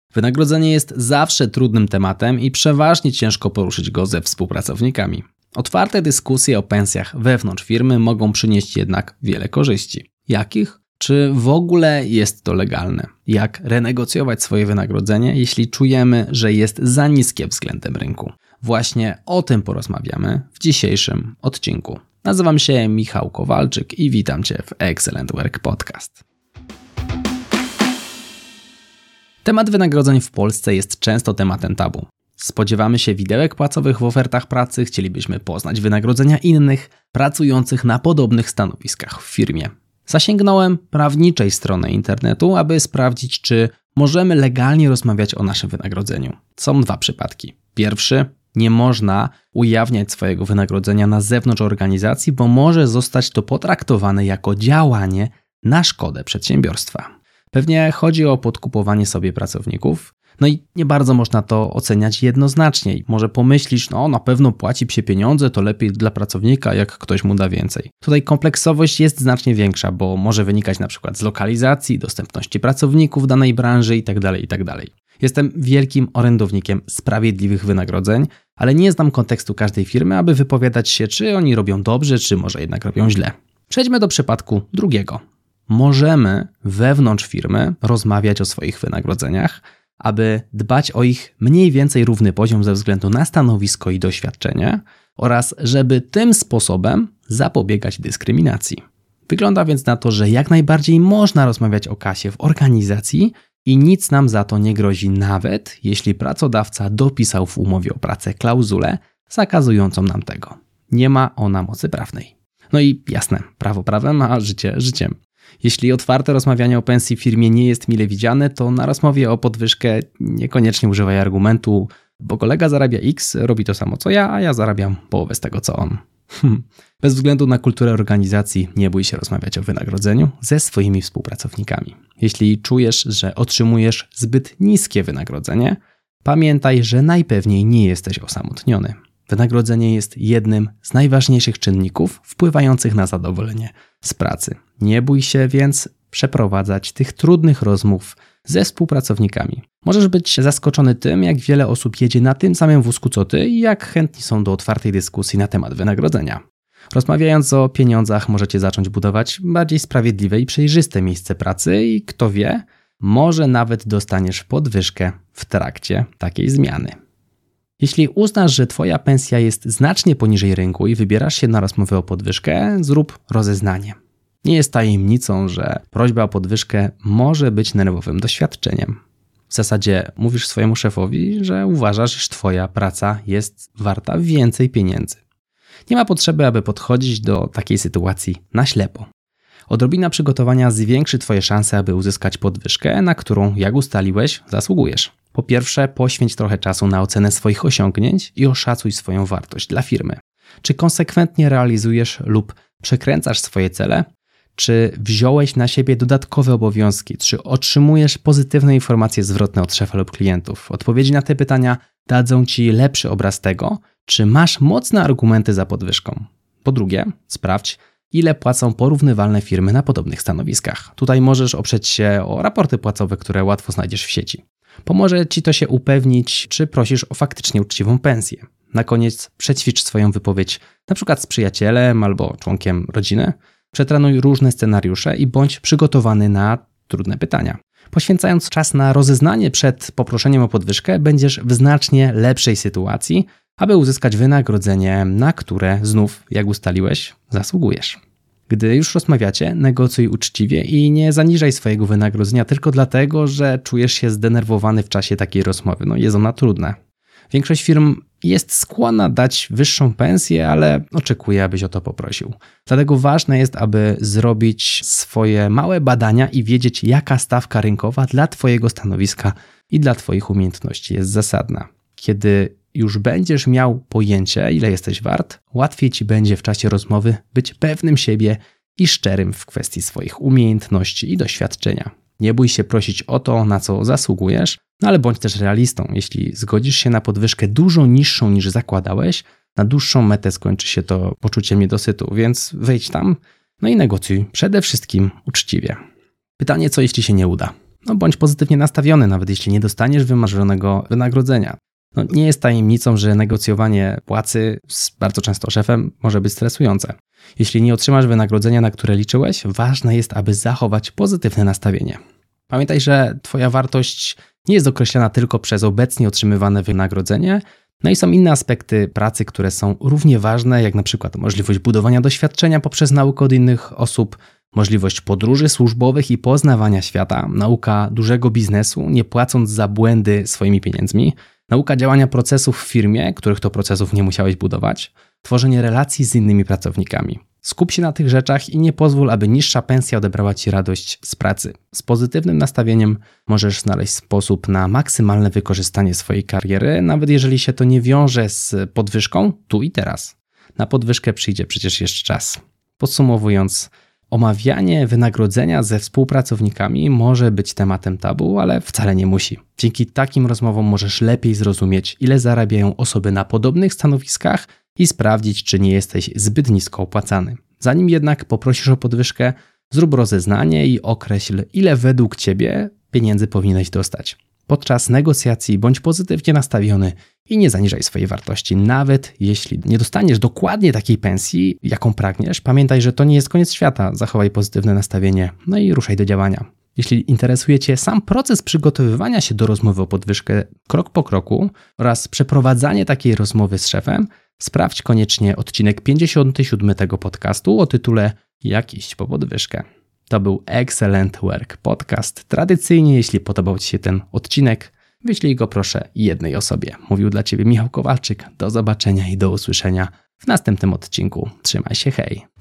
Wynagrodzenie jest zawsze trudnym tematem i przeważnie ciężko poruszyć go ze współpracownikami. Otwarte dyskusje o pensjach wewnątrz firmy mogą przynieść jednak wiele korzyści. Jakich? Czy w ogóle jest to legalne? Jak renegocjować swoje wynagrodzenie, jeśli czujemy, że jest za niskie względem rynku? Właśnie o tym porozmawiamy w dzisiejszym odcinku. Nazywam się Michał Kowalczyk i witam Cię w Excellent Work Podcast. Temat wynagrodzeń w Polsce jest często tematem tabu. Spodziewamy się widełek płacowych w ofertach pracy, chcielibyśmy poznać wynagrodzenia innych, pracujących na podobnych stanowiskach w firmie. Zasięgnąłem prawniczej strony internetu, aby sprawdzić, czy możemy legalnie rozmawiać o naszym wynagrodzeniu. Są dwa przypadki. Pierwszy, nie można ujawniać swojego wynagrodzenia na zewnątrz organizacji, bo może zostać to potraktowane jako działanie na szkodę przedsiębiorstwa. Pewnie chodzi o podkupowanie sobie pracowników. No i nie bardzo można to oceniać jednoznacznie. Może pomyślisz, na pewno płaci się pieniądze, to lepiej dla pracownika, jak ktoś mu da więcej. Tutaj kompleksowość jest znacznie większa, bo może wynikać na przykład z lokalizacji, dostępności pracowników danej branży itd. Jestem wielkim orędownikiem sprawiedliwych wynagrodzeń, ale nie znam kontekstu każdej firmy, aby wypowiadać się, czy oni robią dobrze, czy może jednak robią źle. Przejdźmy do przypadku drugiego. Możemy wewnątrz firmy rozmawiać o swoich wynagrodzeniach, aby dbać o ich mniej więcej równy poziom ze względu na stanowisko i doświadczenie oraz żeby tym sposobem zapobiegać dyskryminacji. Wygląda więc na to, że jak najbardziej można rozmawiać o kasie w organizacji i nic nam za to nie grozi, nawet jeśli pracodawca dopisał w umowie o pracę klauzulę zakazującą nam tego. Nie ma ona mocy prawnej. No i jasne, prawo prawem, a życie życiem. Jeśli otwarte rozmawianie o pensji w firmie nie jest mile widziane, to na rozmowie o podwyżkę niekoniecznie używaj argumentu, bo kolega zarabia X, robi to samo co ja, a ja zarabiam połowę z tego co on. Bez względu na kulturę organizacji nie bój się rozmawiać o wynagrodzeniu ze swoimi współpracownikami. Jeśli czujesz, że otrzymujesz zbyt niskie wynagrodzenie, pamiętaj, że najpewniej nie jesteś osamotniony. Wynagrodzenie jest jednym z najważniejszych czynników wpływających na zadowolenie z pracy. Nie bój się więc przeprowadzać tych trudnych rozmów ze współpracownikami. Możesz być zaskoczony tym, jak wiele osób jedzie na tym samym wózku co ty i jak chętni są do otwartej dyskusji na temat wynagrodzenia. Rozmawiając o pieniądzach, możecie zacząć budować bardziej sprawiedliwe i przejrzyste miejsce pracy i kto wie, może nawet dostaniesz podwyżkę w trakcie takiej zmiany. Jeśli uznasz, że Twoja pensja jest znacznie poniżej rynku i wybierasz się na rozmowę o podwyżkę, zrób rozeznanie. Nie jest tajemnicą, że prośba o podwyżkę może być nerwowym doświadczeniem. W zasadzie mówisz swojemu szefowi, że uważasz, że Twoja praca jest warta więcej pieniędzy. Nie ma potrzeby, aby podchodzić do takiej sytuacji na ślepo. Odrobina przygotowania zwiększy Twoje szanse, aby uzyskać podwyżkę, na którą, jak ustaliłeś, zasługujesz. Po pierwsze, poświęć trochę czasu na ocenę swoich osiągnięć i oszacuj swoją wartość dla firmy. Czy konsekwentnie realizujesz lub przekręcasz swoje cele? Czy wziąłeś na siebie dodatkowe obowiązki? Czy otrzymujesz pozytywne informacje zwrotne od szefa lub klientów? Odpowiedzi na te pytania dadzą Ci lepszy obraz tego, czy masz mocne argumenty za podwyżką. Po drugie, sprawdź, ile płacą porównywalne firmy na podobnych stanowiskach. Tutaj możesz oprzeć się o raporty płacowe, które łatwo znajdziesz w sieci. Pomoże Ci to się upewnić, czy prosisz o faktycznie uczciwą pensję. Na koniec przećwicz swoją wypowiedź, np. z przyjacielem albo członkiem rodziny. Przetrenuj różne scenariusze i bądź przygotowany na trudne pytania. Poświęcając czas na rozeznanie przed poproszeniem o podwyżkę, będziesz w znacznie lepszej sytuacji, aby uzyskać wynagrodzenie, na które znów, jak ustaliłeś, zasługujesz. Gdy już rozmawiacie, negocjuj uczciwie i nie zaniżaj swojego wynagrodzenia tylko dlatego, że czujesz się zdenerwowany w czasie takiej rozmowy. Jest ona trudna. Większość firm jest skłonna dać wyższą pensję, ale oczekuje, abyś o to poprosił. Dlatego ważne jest, aby zrobić swoje małe badania i wiedzieć, jaka stawka rynkowa dla Twojego stanowiska i dla Twoich umiejętności jest zasadna. Kiedy już będziesz miał pojęcie, ile jesteś wart, łatwiej Ci będzie w czasie rozmowy być pewnym siebie i szczerym w kwestii swoich umiejętności i doświadczenia. Nie bój się prosić o to, na co zasługujesz, ale bądź też realistą. Jeśli zgodzisz się na podwyżkę dużo niższą niż zakładałeś, na dłuższą metę skończy się to poczuciem niedosytu, więc wejdź tam, i negocjuj przede wszystkim uczciwie. Pytanie, co jeśli się nie uda? Bądź pozytywnie nastawiony, nawet jeśli nie dostaniesz wymarzonego wynagrodzenia. Nie jest tajemnicą, że negocjowanie płacy z bardzo często szefem może być stresujące. Jeśli nie otrzymasz wynagrodzenia, na które liczyłeś, ważne jest, aby zachować pozytywne nastawienie. Pamiętaj, że Twoja wartość nie jest określana tylko przez obecnie otrzymywane wynagrodzenie, i są inne aspekty pracy, które są równie ważne, jak na przykład możliwość budowania doświadczenia poprzez naukę od innych osób, możliwość podróży służbowych i poznawania świata, nauka dużego biznesu, nie płacąc za błędy swoimi pieniędzmi, nauka działania procesów w firmie, których to procesów nie musiałeś budować, tworzenie relacji z innymi pracownikami. Skup się na tych rzeczach i nie pozwól, aby niższa pensja odebrała Ci radość z pracy. Z pozytywnym nastawieniem możesz znaleźć sposób na maksymalne wykorzystanie swojej kariery, nawet jeżeli się to nie wiąże z podwyżką tu i teraz. Na podwyżkę przyjdzie przecież jeszcze czas. Podsumowując, omawianie wynagrodzenia ze współpracownikami może być tematem tabu, ale wcale nie musi. Dzięki takim rozmowom możesz lepiej zrozumieć, ile zarabiają osoby na podobnych stanowiskach i sprawdzić, czy nie jesteś zbyt nisko opłacany. Zanim jednak poprosisz o podwyżkę, zrób rozeznanie i określ, ile według Ciebie pieniędzy powinieneś dostać. Podczas negocjacji bądź pozytywnie nastawiony i nie zaniżaj swojej wartości. Nawet jeśli nie dostaniesz dokładnie takiej pensji, jaką pragniesz, pamiętaj, że to nie jest koniec świata. Zachowaj pozytywne nastawienie, i ruszaj do działania. Jeśli interesuje Cię sam proces przygotowywania się do rozmowy o podwyżkę krok po kroku oraz przeprowadzanie takiej rozmowy z szefem, sprawdź koniecznie odcinek 57 tego podcastu o tytule Jak iść po podwyżkę. To był Excellent Work Podcast. Tradycyjnie, jeśli podobał Ci się ten odcinek, wyślij go proszę jednej osobie. Mówił dla Ciebie Michał Kowalczyk. Do zobaczenia i do usłyszenia w następnym odcinku. Trzymaj się, hej!